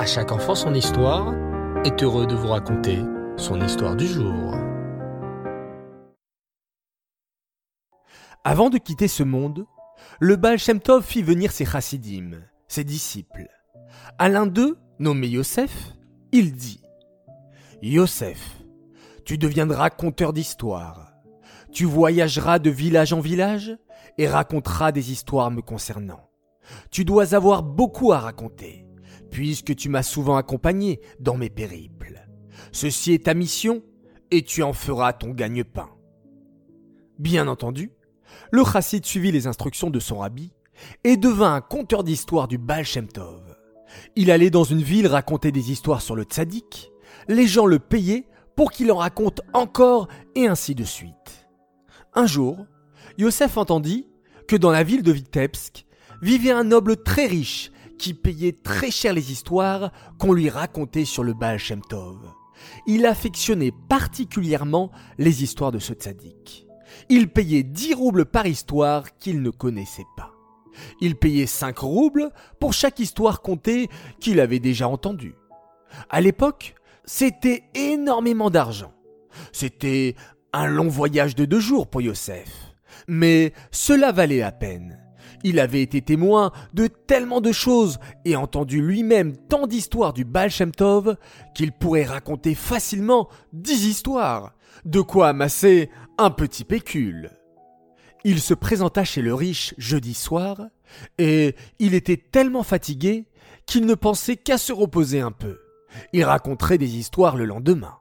À chaque enfant son histoire est heureux de vous raconter son histoire du jour. Avant de quitter ce monde, le Baal Shem Tov fit venir ses chassidim, ses disciples. À l'un d'eux, nommé Yosef, il dit « Yosef, tu deviendras conteur d'histoires. Tu voyageras de village en village et raconteras des histoires me concernant. Tu dois avoir beaucoup à raconter, puisque tu m'as souvent accompagné dans mes périples. Ceci est ta mission, et tu en feras ton gagne-pain. » Bien entendu, le chassid suivit les instructions de son rabbi et devint un conteur d'histoires du Baal Shem Tov. Il allait dans une ville raconter des histoires sur le tzaddik, les gens le payaient pour qu'il en raconte encore et ainsi de suite. Un jour, Yosef entendit que dans la ville de Vitebsk vivait un noble très riche qui payait très cher les histoires qu'on lui racontait sur le Baal Shem Tov. Il affectionnait particulièrement les histoires de ce tzaddik. Il payait 10 roubles par histoire qu'il ne connaissait pas. Il payait 5 roubles pour chaque histoire contée qu'il avait déjà entendue. À l'époque, c'était énormément d'argent. C'était un long voyage de 2 jours pour Yosef. Mais cela valait la peine. Il avait été témoin de tellement de choses et entendu lui-même tant d'histoires du Baal Shem Tov qu'il pourrait raconter facilement 10 histoires, de quoi amasser un petit pécule. Il se présenta chez le riche jeudi soir et il était tellement fatigué qu'il ne pensait qu'à se reposer un peu. Il raconterait des histoires le lendemain.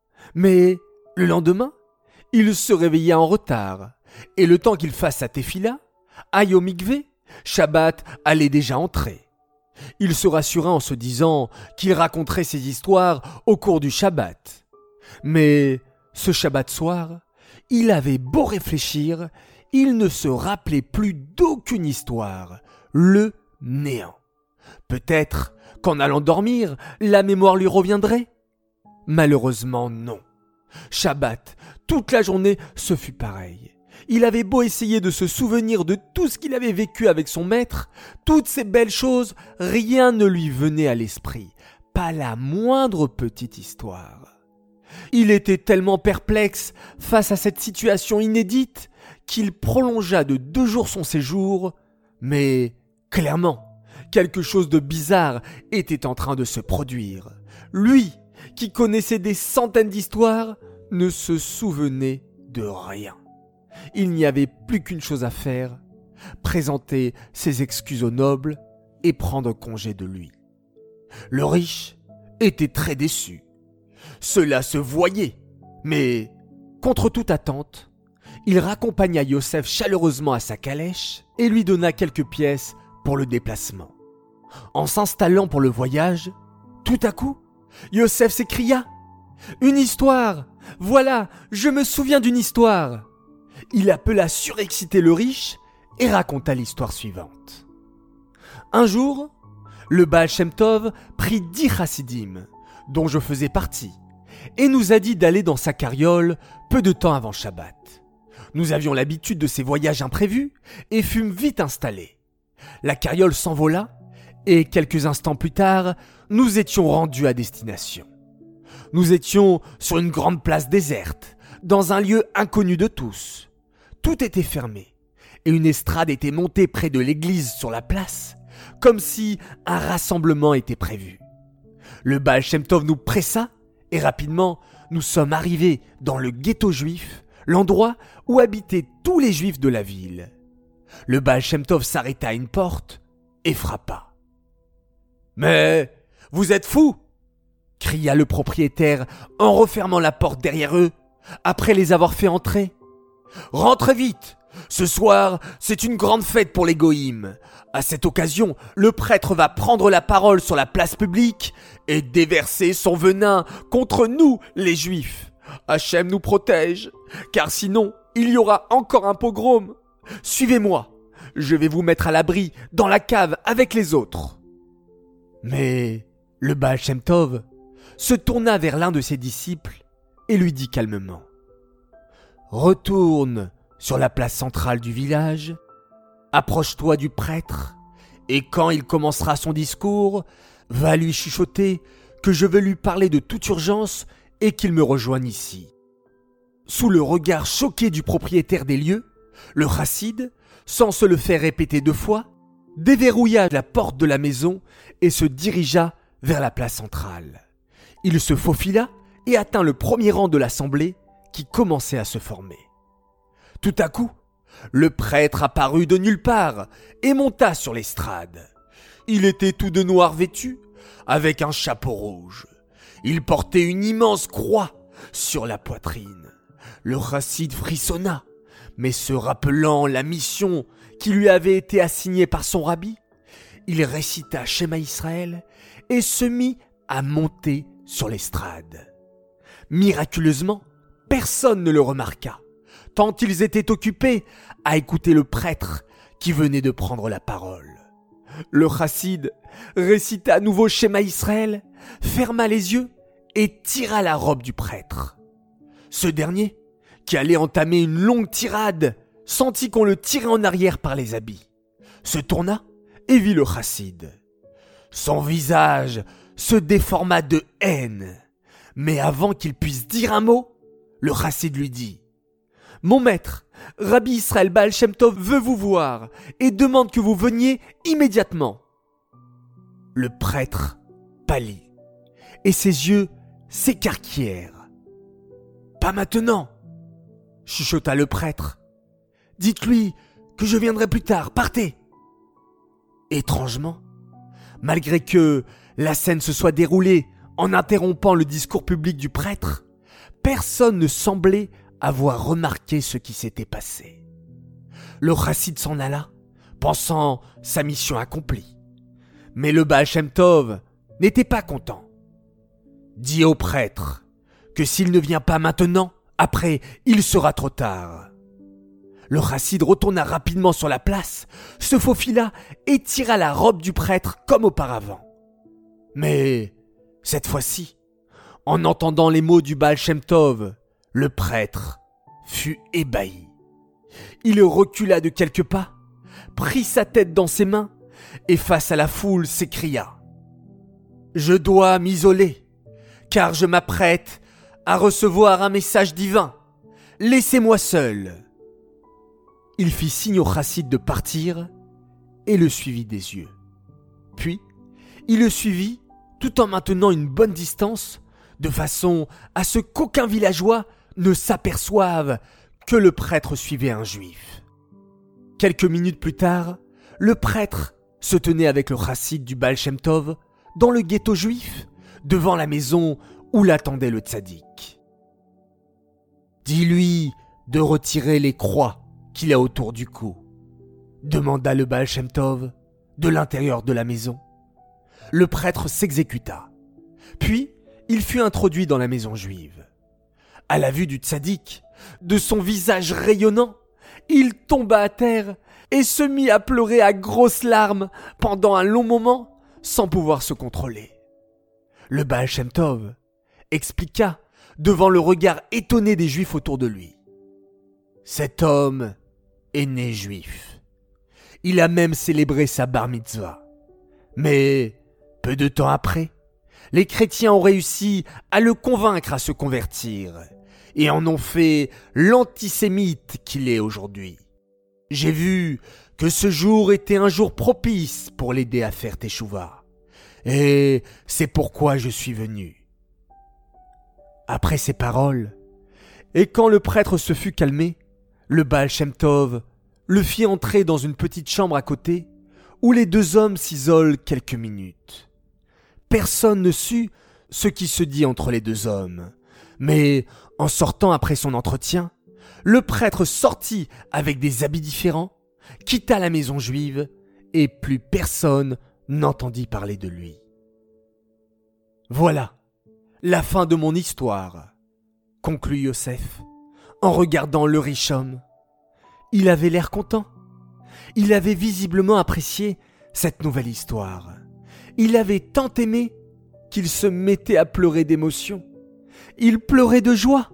Mais le lendemain, il se réveilla en retard et le temps qu'il fasse sa tefila, aille au mikvé, Shabbat allait déjà entrer. Il se rassura en se disant qu'il raconterait ses histoires au cours du Shabbat. Mais ce Shabbat soir, il avait beau réfléchir, il ne se rappelait plus d'aucune histoire, le néant. Peut-être qu'en allant dormir, la mémoire lui reviendrait. Malheureusement, non. Shabbat, toute la journée, ce fut pareil. Il avait beau essayer de se souvenir de tout ce qu'il avait vécu avec son maître, toutes ces belles choses, rien ne lui venait à l'esprit, pas la moindre petite histoire. Il était tellement perplexe face à cette situation inédite qu'il prolongea de 2 jours son séjour, mais clairement, quelque chose de bizarre était en train de se produire. Lui, qui connaissait des centaines d'histoires, ne se souvenait de rien. Il n'y avait plus qu'une chose à faire, présenter ses excuses au noble et prendre congé de lui. Le riche était très déçu. Cela se voyait, mais contre toute attente, il raccompagna Yosef chaleureusement à sa calèche et lui donna quelques pièces pour le déplacement. En s'installant pour le voyage, tout à coup, Yosef s'écria « Une histoire! Voilà, je me souviens d'une histoire !» Il appela surexcité le riche et raconta l'histoire suivante. Un jour, le Baal Shem Tov prit 10 chassidim, dont je faisais partie, et nous a dit d'aller dans sa carriole peu de temps avant Shabbat. Nous avions l'habitude de ces voyages imprévus et fûmes vite installés. La carriole s'envola et quelques instants plus tard, nous étions rendus à destination. Nous étions sur une grande place déserte, dans un lieu inconnu de tous. Tout était fermé et une estrade était montée près de l'église sur la place, comme si un rassemblement était prévu. Le Baal Shem Tov nous pressa et rapidement, nous sommes arrivés dans le ghetto juif, l'endroit où habitaient tous les juifs de la ville. Le Baal Shem Tov s'arrêta à une porte et frappa. « Mais vous êtes fous !» cria le propriétaire en refermant la porte derrière eux, après les avoir fait entrer. « Rentrez vite! Ce soir, c'est une grande fête pour les goïms. À cette occasion, le prêtre va prendre la parole sur la place publique et déverser son venin contre nous, les juifs. Hachem nous protège, car sinon, il y aura encore un pogrom. Suivez-moi, je vais vous mettre à l'abri dans la cave avec les autres. » Mais le Baal Shem Tov se tourna vers l'un de ses disciples et lui dit calmement « Retourne sur la place centrale du village, approche-toi du prêtre Et quand il commencera son discours, va lui chuchoter que je veux lui parler de toute urgence et qu'il me rejoigne ici. » Sous le regard choqué du propriétaire des lieux, le chassid, sans se le faire répéter 2 fois, déverrouilla la porte de la maison et se dirigea vers la place centrale. Il se faufila et atteint le premier rang de l'assemblée qui commençait à se former. Tout à coup, le prêtre apparut de nulle part et monta sur l'estrade. Il était tout de noir vêtu, avec un chapeau rouge. Il portait une immense croix sur la poitrine. Le chassid frissonna, mais se rappelant la mission qui lui avait été assignée par son rabbi, il récita Shema Israël et se mit à monter sur l'estrade. Miraculeusement, personne ne le remarqua, tant ils étaient occupés à écouter le prêtre qui venait de prendre la parole. Le chassid récita à nouveau Shema Israël, ferma les yeux et tira la robe du prêtre. Ce dernier, qui allait entamer une longue tirade, sentit qu'on le tirait en arrière par les habits, se tourna et vit le chassid. Son visage se déforma de haine, mais avant qu'il puisse dire un mot, le chassid lui dit « Mon maître, Rabbi Israël Baal Shem Tov veut vous voir et demande que vous veniez immédiatement. » Le prêtre pâlit et ses yeux s'écarquillèrent. « Pas maintenant !» chuchota le prêtre. « Dites-lui que je viendrai plus tard, partez !» Étrangement, malgré que la scène se soit déroulée en interrompant le discours public du prêtre, personne ne semblait avoir remarqué ce qui s'était passé. Le chassid s'en alla, pensant sa mission accomplie. Mais le Baal Shem Tov n'était pas content. « Dis au prêtre que s'il ne vient pas maintenant, après, il sera trop tard. » Le chassid retourna rapidement sur la place, se faufila et tira la robe du prêtre comme auparavant. Mais, cette fois-ci, en entendant les mots du Baal Shem Tov, le prêtre fut ébahi. Il recula de quelques pas, prit sa tête dans ses mains et face à la foule s'écria « Je dois m'isoler, car je m'apprête à recevoir un message divin. Laissez-moi seul. » Il fit signe au chassid de partir et le suivit des yeux. Puis, il le suivit tout en maintenant une bonne distance, de façon à ce qu'aucun villageois ne s'aperçoive que le prêtre suivait un juif. Quelques minutes plus tard, le prêtre se tenait avec le chassid du Baal Shem Tov dans le ghetto juif, devant la maison où l'attendait le tzaddik. « Dis-lui de retirer les croix qu'il a autour du cou, » demanda le Baal Shem Tov de l'intérieur de la maison. Le prêtre s'exécuta. Puis, il fut introduit dans la maison juive. À la vue du tzaddik, de son visage rayonnant, il tomba à terre et se mit à pleurer à grosses larmes pendant un long moment sans pouvoir se contrôler. Le Baal Shem Tov expliqua devant le regard étonné des juifs autour de lui. Cet homme est né juif. Il a même célébré sa bar mitzvah. Mais, peu de temps après, les chrétiens ont réussi à le convaincre à se convertir et en ont fait l'antisémite qu'il est aujourd'hui. J'ai vu que ce jour était un jour propice pour l'aider à faire teshuva. Et c'est pourquoi je suis venu. » Après ces paroles, et quand le prêtre se fut calmé, le Baal Shem Tov le fit entrer dans une petite chambre à côté où les 2 hommes s'isolent quelques minutes. Personne ne sut ce qui se dit entre les 2 hommes, mais en sortant après son entretien, le prêtre sortit avec des habits différents, quitta la maison juive et plus personne n'entendit parler de lui. Voilà la fin de mon histoire, conclut Yosef, en regardant le riche homme. Il avait l'air content. Il avait visiblement apprécié cette nouvelle histoire. Il avait tant aimé qu'il se mettait à pleurer d'émotion. Il pleurait de joie.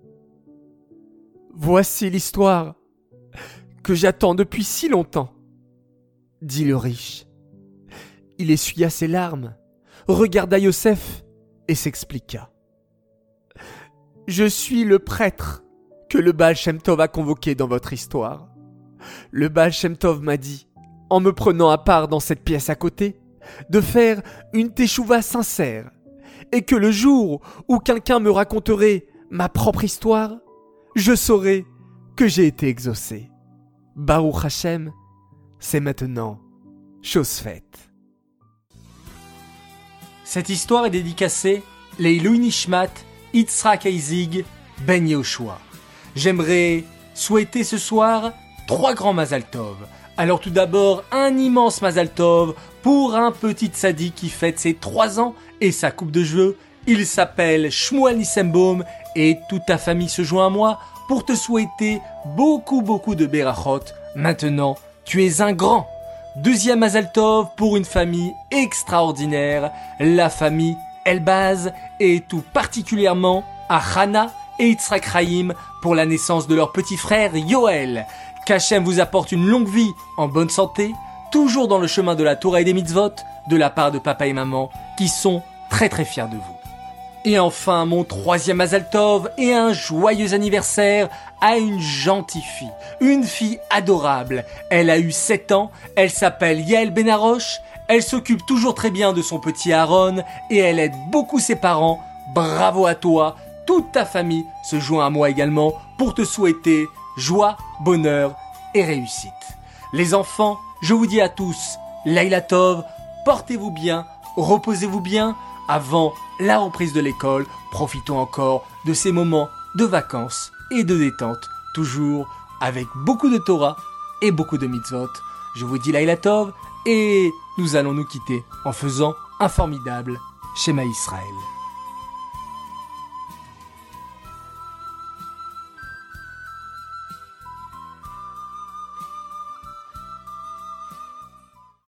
« Voici l'histoire que j'attends depuis si longtemps, » dit le riche, il essuya ses larmes, regarda Yosef et s'expliqua. « Je suis le prêtre que le Baal Shem Tov a convoqué dans votre histoire. Le Baal Shem Tov m'a dit, en me prenant à part dans cette pièce à côté, de faire une teshuva sincère, et que le jour où quelqu'un me raconterait ma propre histoire, je saurais que j'ai été exaucé. Baruch Hashem, c'est maintenant chose faite. » Cette histoire est dédicacée Leilui Nishmat Yitzhak Eizig Ben Yehoshua. J'aimerais souhaiter ce soir 3 grands Mazal Tov. Alors tout d'abord, un immense Mazal Tov pour un petit tzaddik qui fête ses 3 ans et sa coupe de cheveux. Il s'appelle Shmuel Nissenbaum et toute ta famille se joint à moi pour te souhaiter beaucoup de berachot. Maintenant, tu es un grand. Deuxième Mazal Tov pour une famille extraordinaire, la famille Elbaz, et tout particulièrement à Hana et Yitzhak Chaim pour la naissance de leur petit frère Yoel. Qu'Hachem vous apporte une longue vie en bonne santé, toujours dans le chemin de la Torah et des mitzvot, de la part de papa et maman qui sont très fiers de vous. Et enfin, mon 3e Mazal Tov et un joyeux anniversaire à une gentille fille, une fille adorable. Elle a eu 7 ans, elle s'appelle Yael Benaroche, elle s'occupe toujours très bien de son petit Aaron et elle aide beaucoup ses parents. Bravo à toi, toute ta famille se joint à moi également pour te souhaiter joie, bonheur et réussite. Les enfants, je vous dis à tous, Laila Tov, portez-vous bien, reposez-vous bien. Avant la reprise de l'école, profitons encore de ces moments de vacances et de détente, toujours avec beaucoup de Torah et beaucoup de mitzvot. Je vous dis Laila Tov et nous allons nous quitter en faisant un formidable Shema Israël.